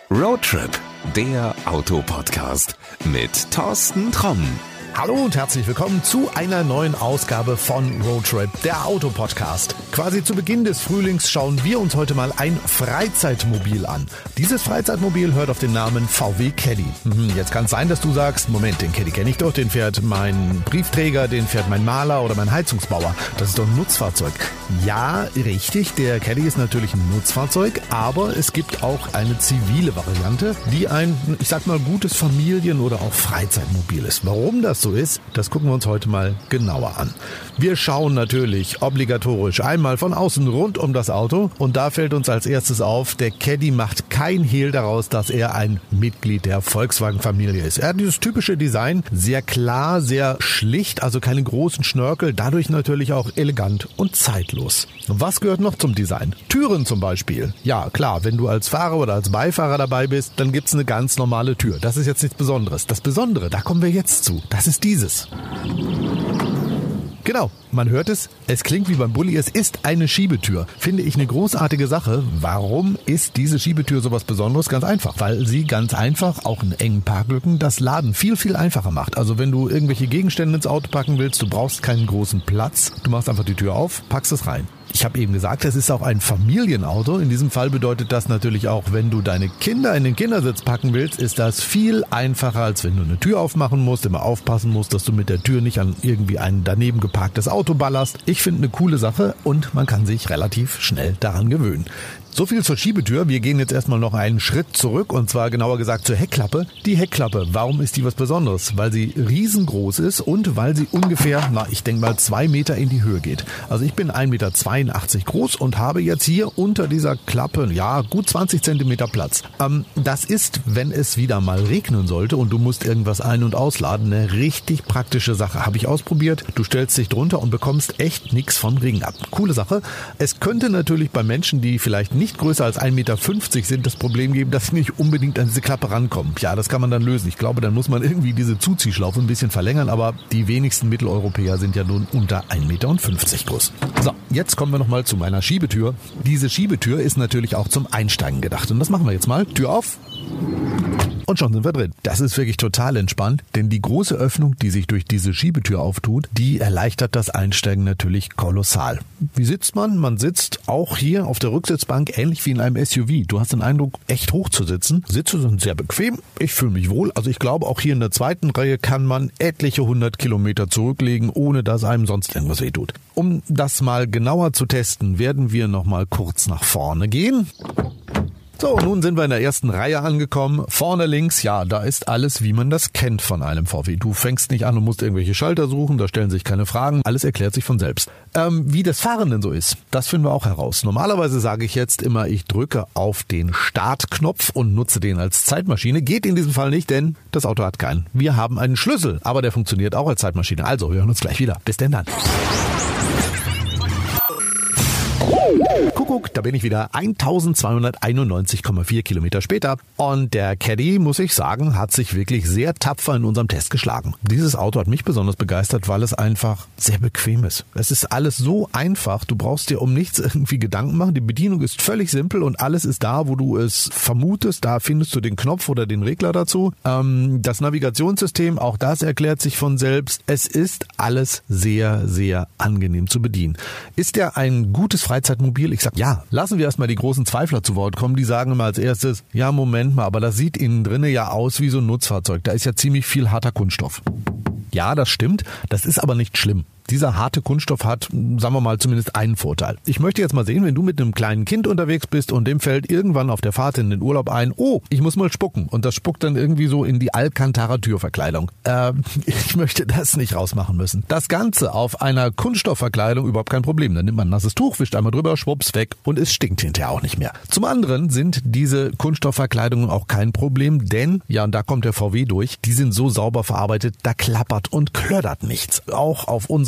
Roadtrip, der Autopodcast mit Thorsten Tromm. Hallo und herzlich willkommen zu einer neuen Ausgabe von Roadtrip, der Autopodcast. Quasi zu Beginn des Frühlings schauen wir uns heute mal ein Freizeitmobil an. Dieses Freizeitmobil hört auf den Namen VW Caddy. Jetzt kann es sein, dass du sagst, Moment, den Caddy kenne ich doch, den fährt mein Briefträger, den fährt mein Maler oder mein Heizungsbauer. Das ist doch ein Nutzfahrzeug. Ja, richtig, der Caddy ist natürlich ein Nutzfahrzeug, aber es gibt auch eine zivile Variante, die ein, ich sag mal, gutes Familien- oder auch Freizeitmobil ist. Warum das so ist, das gucken wir uns heute mal genauer an. Wir schauen natürlich obligatorisch einmal von außen rund um das Auto und da fällt uns als erstes auf, der Caddy macht kein Hehl daraus, dass er ein Mitglied der Volkswagen-Familie ist. Er hat dieses typische Design, sehr klar, sehr schlicht, also keine großen Schnörkel, dadurch natürlich auch elegant und zeitlos. Was gehört noch zum Design? Türen zum Beispiel. Ja, klar, wenn du als Fahrer oder als Beifahrer dabei bist, dann gibt's eine ganz normale Tür. Das ist jetzt nichts Besonderes. Das Besondere, da kommen wir jetzt zu. Das ist dieses. Genau, man hört es klingt wie beim Bulli, es ist eine Schiebetür. Finde ich eine großartige Sache. Warum ist diese Schiebetür sowas Besonderes? Ganz einfach, weil sie ganz einfach, auch in engen Parklücken, das Laden viel, viel einfacher macht. Also wenn du irgendwelche Gegenstände ins Auto packen willst, du brauchst keinen großen Platz, du machst einfach die Tür auf, packst es rein. Ich habe eben gesagt, es ist auch ein Familienauto. In diesem Fall bedeutet das natürlich auch, wenn du deine Kinder in den Kindersitz packen willst, ist das viel einfacher, als wenn du eine Tür aufmachen musst, immer aufpassen musst, dass du mit der Tür nicht an irgendwie ein daneben geparktes Auto ballerst. Ich finde eine coole Sache und man kann sich relativ schnell daran gewöhnen. So viel zur Schiebetür. Wir gehen jetzt erstmal noch einen Schritt zurück und zwar genauer gesagt zur Heckklappe. Die Heckklappe, warum ist die was Besonderes? Weil sie riesengroß ist und weil sie ungefähr, ich denke mal 2 Meter in die Höhe geht. Also ich bin 1,82 Meter groß und habe jetzt hier unter dieser Klappe, gut 20 Zentimeter Platz. Das ist, wenn es wieder mal regnen sollte und du musst irgendwas ein- und ausladen, eine richtig praktische Sache. Habe ich ausprobiert. Du stellst dich drunter und bekommst echt nichts vom Regen ab. Coole Sache. Es könnte natürlich bei Menschen, die vielleicht nicht größer als 1,50 Meter sind, das Problem geben, dass sie nicht unbedingt an diese Klappe rankommen. Ja, das kann man dann lösen. Ich glaube, dann muss man irgendwie diese Zuziehschlaufe ein bisschen verlängern, aber die wenigsten Mitteleuropäer sind ja nun unter 1,50 Meter groß. So, jetzt kommen wir nochmal zu meiner Schiebetür. Diese Schiebetür ist natürlich auch zum Einsteigen gedacht. Und das machen wir jetzt mal. Tür auf. Und schon sind wir drin. Das ist wirklich total entspannt, denn die große Öffnung, die sich durch diese Schiebetür auftut, die erleichtert das Einsteigen natürlich kolossal. Wie sitzt man? Man sitzt auch hier auf der Rücksitzbank ähnlich wie in einem SUV. Du hast den Eindruck, echt hoch zu sitzen. Sitze sind sehr bequem. Ich fühle mich wohl. Also ich glaube, auch hier in der zweiten Reihe kann man etliche 100 Kilometer zurücklegen, ohne dass einem sonst irgendwas wehtut. Um das mal genauer zu testen, werden wir noch mal kurz nach vorne gehen. So, nun sind wir in der ersten Reihe angekommen. Vorne links, da ist alles, wie man das kennt von einem VW. Du fängst nicht an und musst irgendwelche Schalter suchen, da stellen sich keine Fragen. Alles erklärt sich von selbst. Wie das Fahren denn so ist, das finden wir auch heraus. Normalerweise sage ich jetzt immer, ich drücke auf den Startknopf und nutze den als Zeitmaschine. Geht in diesem Fall nicht, denn das Auto hat keinen. Wir haben einen Schlüssel, aber der funktioniert auch als Zeitmaschine. Also, wir hören uns gleich wieder. Bis denn dann. Kuckuck, da bin ich wieder 1291,4 Kilometer später und der Caddy, muss ich sagen, hat sich wirklich sehr tapfer in unserem Test geschlagen. Dieses Auto hat mich besonders begeistert, weil es einfach sehr bequem ist. Es ist alles so einfach, du brauchst dir um nichts irgendwie Gedanken machen. Die Bedienung ist völlig simpel und alles ist da, wo du es vermutest. Da findest du den Knopf oder den Regler dazu. Das Navigationssystem, auch das erklärt sich von selbst. Es ist alles sehr, sehr angenehm zu bedienen. Ist der ein gutes Freizeitmobil? Ich sag ja. Lassen wir erstmal die großen Zweifler zu Wort kommen. Die sagen immer als erstes, ja Moment mal, aber das sieht innen drinnen ja aus wie so ein Nutzfahrzeug. Da ist ja ziemlich viel harter Kunststoff. Ja, das stimmt. Das ist aber nicht schlimm. Dieser harte Kunststoff hat, sagen wir mal, zumindest einen Vorteil. Ich möchte jetzt mal sehen, wenn du mit einem kleinen Kind unterwegs bist und dem fällt irgendwann auf der Fahrt in den Urlaub ein, ich muss mal spucken. Und das spuckt dann irgendwie so in die Alcantara-Türverkleidung. Ich möchte das nicht rausmachen müssen. Das Ganze auf einer Kunststoffverkleidung überhaupt kein Problem. Dann nimmt man ein nasses Tuch, wischt einmal drüber, schwupps, weg und es stinkt hinterher auch nicht mehr. Zum anderen sind diese Kunststoffverkleidungen auch kein Problem, denn, und da kommt der VW durch, die sind so sauber verarbeitet, da klappert und klödert nichts. Auch auf unserer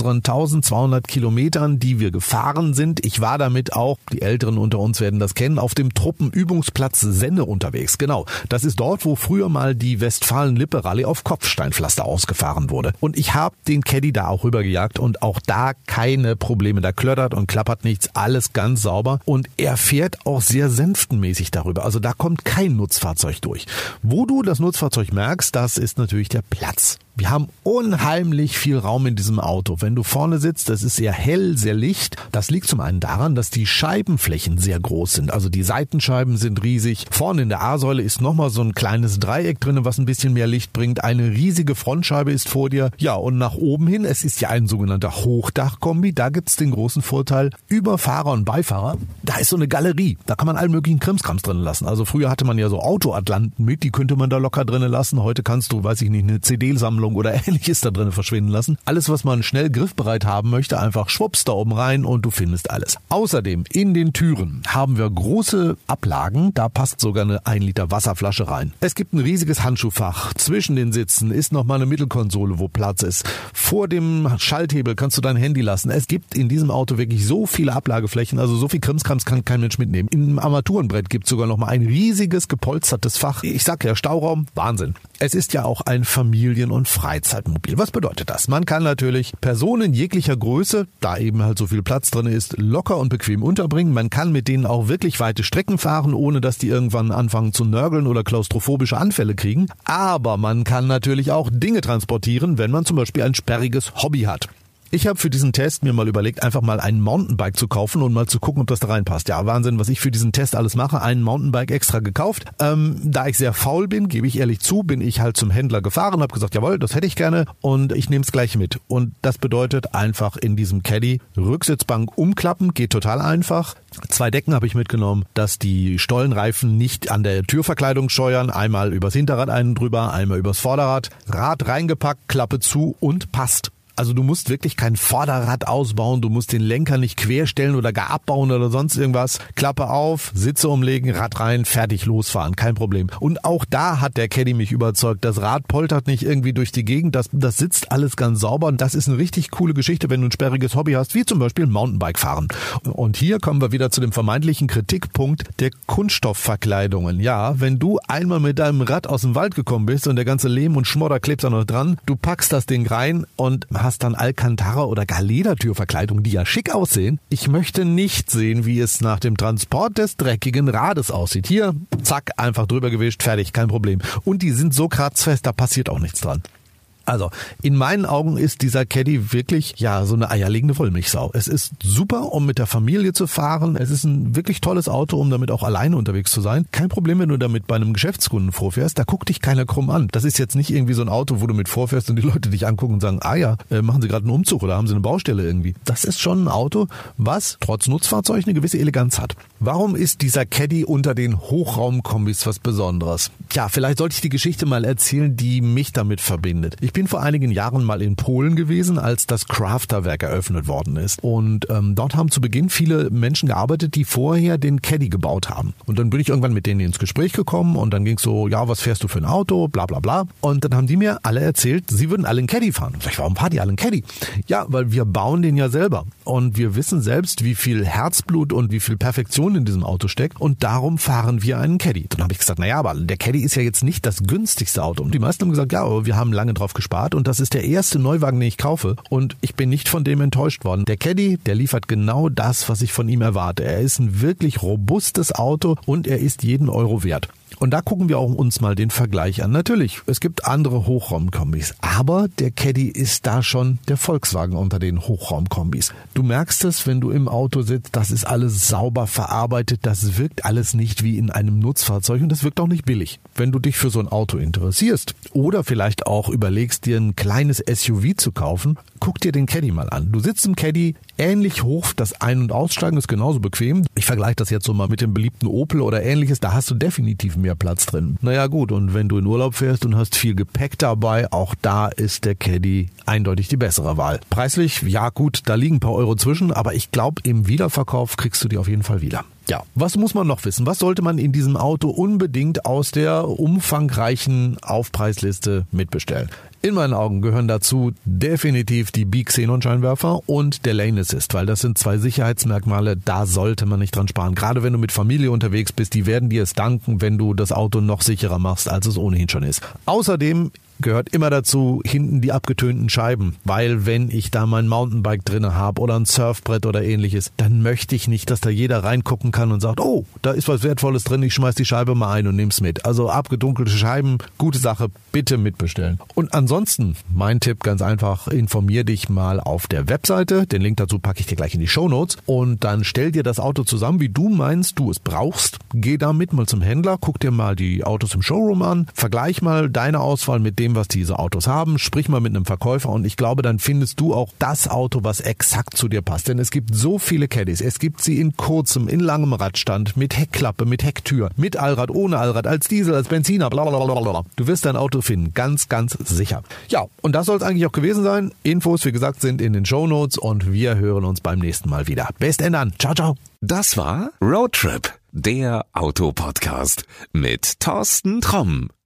unseren 1200 Kilometern, die wir gefahren sind. Ich war damit auch, die Älteren unter uns werden das kennen, auf dem Truppenübungsplatz Senne unterwegs. Genau, das ist dort, wo früher mal die Westfalen-Lippe-Rallye auf Kopfsteinpflaster ausgefahren wurde. Und ich habe den Caddy da auch rübergejagt und auch da keine Probleme. Da klöttert und klappert nichts, alles ganz sauber. Und er fährt auch sehr sänftenmäßig darüber. Also da kommt kein Nutzfahrzeug durch. Wo du das Nutzfahrzeug merkst, das ist natürlich der Platz. Wir haben unheimlich viel Raum in diesem Auto. Wenn du vorne sitzt, das ist sehr hell, sehr licht. Das liegt zum einen daran, dass die Scheibenflächen sehr groß sind. Also die Seitenscheiben sind riesig. Vorne in der A-Säule ist nochmal so ein kleines Dreieck drin, was ein bisschen mehr Licht bringt. Eine riesige Frontscheibe ist vor dir. Ja, und nach oben hin, es ist ja ein sogenannter Hochdachkombi. Da gibt's den großen Vorteil, über Fahrer und Beifahrer, da ist so eine Galerie. Da kann man allen möglichen Krimskrams drin lassen. Also früher hatte man ja so Autoatlanten mit, die könnte man da locker drin lassen. Heute kannst du, weiß ich nicht, eine CD-Sammlung oder Ähnliches da drin verschwinden lassen. Alles, was man schnell griffbereit haben möchte, einfach schwupps da oben rein und du findest alles. Außerdem in den Türen haben wir große Ablagen. Da passt sogar eine 1 Liter Wasserflasche rein. Es gibt ein riesiges Handschuhfach. Zwischen den Sitzen ist nochmal eine Mittelkonsole, wo Platz ist. Vor dem Schalthebel kannst du dein Handy lassen. Es gibt in diesem Auto wirklich so viele Ablageflächen, also so viel Krimskrams kann kein Mensch mitnehmen. Im Armaturenbrett gibt es sogar nochmal ein riesiges gepolstertes Fach. Ich sag ja, Stauraum, Wahnsinn. Es ist ja auch ein Familien- und Freizeitmobil. Was bedeutet das? Man kann natürlich Personen jeglicher Größe, da eben halt so viel Platz drin ist, locker und bequem unterbringen. Man kann mit denen auch wirklich weite Strecken fahren, ohne dass die irgendwann anfangen zu nörgeln oder klaustrophobische Anfälle kriegen. Aber man kann natürlich auch Dinge transportieren, wenn man zum Beispiel ein sperriges Hobby hat. Ich habe für diesen Test mir mal überlegt, einfach mal ein Mountainbike zu kaufen und mal zu gucken, ob das da reinpasst. Ja, Wahnsinn, was ich für diesen Test alles mache. Ein Mountainbike extra gekauft. Da ich sehr faul bin, gebe ich ehrlich zu, bin ich halt zum Händler gefahren, habe gesagt, jawohl, das hätte ich gerne und ich nehme es gleich mit. Und das bedeutet einfach in diesem Caddy Rücksitzbank umklappen, geht total einfach. 2 Decken habe ich mitgenommen, dass die Stollenreifen nicht an der Türverkleidung scheuern. Einmal übers Hinterrad einen drüber, einmal übers Vorderrad. Rad reingepackt, Klappe zu und passt. Also du musst wirklich kein Vorderrad ausbauen, du musst den Lenker nicht querstellen oder gar abbauen oder sonst irgendwas. Klappe auf, Sitze umlegen, Rad rein, fertig losfahren, kein Problem. Und auch da hat der Caddy mich überzeugt. Das Rad poltert nicht irgendwie durch die Gegend, das sitzt alles ganz sauber und das ist eine richtig coole Geschichte, wenn du ein sperriges Hobby hast, wie zum Beispiel Mountainbike fahren. Und hier kommen wir wieder zu dem vermeintlichen Kritikpunkt der Kunststoffverkleidungen. Ja, wenn du einmal mit deinem Rad aus dem Wald gekommen bist und der ganze Lehm und Schmodder klebt da noch dran, du packst das Ding rein und hast dann Alcantara oder gar Ledertürverkleidung, die ja schick aussehen. Ich möchte nicht sehen, wie es nach dem Transport des dreckigen Rades aussieht. Hier, zack, einfach drüber gewischt, fertig, kein Problem. Und die sind so kratzfest, da passiert auch nichts dran. Also, in meinen Augen ist dieser Caddy wirklich, ja, so eine eierlegende Wollmilchsau. Es ist super, um mit der Familie zu fahren. Es ist ein wirklich tolles Auto, um damit auch alleine unterwegs zu sein. Kein Problem, wenn du damit bei einem Geschäftskunden vorfährst. Da guckt dich keiner krumm an. Das ist jetzt nicht irgendwie so ein Auto, wo du mit vorfährst und die Leute dich angucken und sagen, ah ja, machen sie gerade einen Umzug oder haben sie eine Baustelle irgendwie. Das ist schon ein Auto, was trotz Nutzfahrzeug eine gewisse Eleganz hat. Warum ist dieser Caddy unter den Hochraumkombis was Besonderes? Ja, vielleicht sollte ich die Geschichte mal erzählen, die mich damit verbindet. Ich bin vor einigen Jahren mal in Polen gewesen, als das Crafterwerk eröffnet worden ist. Und dort haben zu Beginn viele Menschen gearbeitet, die vorher den Caddy gebaut haben. Und dann bin ich irgendwann mit denen ins Gespräch gekommen und dann ging es so, ja, was fährst du für ein Auto, bla bla bla. Und dann haben die mir alle erzählt, sie würden alle einen Caddy fahren. Und ich, warum fahren die alle einen Caddy? Ja, weil wir bauen den ja selber. Und wir wissen selbst, wie viel Herzblut und wie viel Perfektion in diesem Auto steckt. Und darum fahren wir einen Caddy. Dann habe ich gesagt, naja, aber der Caddy ist ja jetzt nicht das günstigste Auto. Und die meisten haben gesagt, ja, aber wir haben lange drauf gespart und das ist der erste Neuwagen, den ich kaufe. Und ich bin nicht von dem enttäuscht worden. Der Caddy, der liefert genau das, was ich von ihm erwarte. Er ist ein wirklich robustes Auto und er ist jeden Euro wert. Und da gucken wir auch uns mal den Vergleich an. Natürlich, es gibt andere Hochraumkombis, aber der Caddy ist da schon der Volkswagen unter den Hochraumkombis. Du merkst es, wenn du im Auto sitzt, das ist alles sauber verarbeitet, das wirkt alles nicht wie in einem Nutzfahrzeug und das wirkt auch nicht billig. Wenn du dich für so ein Auto interessierst oder vielleicht auch überlegst, dir ein kleines SUV zu kaufen, guck dir den Caddy mal an. Du sitzt im Caddy ähnlich hoch, das Ein- und Aussteigen ist genauso bequem. Ich vergleiche das jetzt so mal mit dem beliebten Opel oder ähnliches, da hast du definitiv mehr Platz drin. Naja gut, und wenn du in Urlaub fährst und hast viel Gepäck dabei, auch da ist der Caddy eindeutig die bessere Wahl. Preislich, ja gut, da liegen ein paar Euro zwischen, aber ich glaube, im Wiederverkauf kriegst du die auf jeden Fall wieder. Ja, was muss man noch wissen? Was sollte man in diesem Auto unbedingt aus der umfangreichen Aufpreisliste mitbestellen? In meinen Augen gehören dazu definitiv die Bi-Xenon-Scheinwerfer und der Lane Assist, weil das sind 2 Sicherheitsmerkmale, da sollte man nicht dran sparen. Gerade wenn du mit Familie unterwegs bist, die werden dir es danken, wenn du das Auto noch sicherer machst, als es ohnehin schon ist. Außerdem gehört immer dazu, hinten die abgetönten Scheiben, weil wenn ich da mein Mountainbike drinne habe oder ein Surfbrett oder ähnliches, dann möchte ich nicht, dass da jeder reingucken kann und sagt, oh, da ist was Wertvolles drin, ich schmeiß die Scheibe mal ein und nehm's mit. Also abgedunkelte Scheiben, gute Sache, bitte mitbestellen. Und ansonsten, mein Tipp ganz einfach, informier dich mal auf der Webseite, den Link dazu packe ich dir gleich in die Shownotes und dann stell dir das Auto zusammen, wie du meinst, du es brauchst. Geh damit mal zum Händler, guck dir mal die Autos im Showroom an, vergleich mal deine Auswahl mit dem, was diese Autos haben, sprich mal mit einem Verkäufer und ich glaube, dann findest du auch das Auto, was exakt zu dir passt. Denn es gibt so viele Caddies. Es gibt sie in kurzem, in langem Radstand, mit Heckklappe, mit Hecktür, mit Allrad, ohne Allrad, als Diesel, als Benziner, blablabla. Du wirst dein Auto finden, ganz, ganz sicher. Ja, und das soll es eigentlich auch gewesen sein. Infos, wie gesagt, sind in den Shownotes und wir hören uns beim nächsten Mal wieder. Best an. Ciao, ciao. Das war Roadtrip, der Autopodcast mit Thorsten Tromm.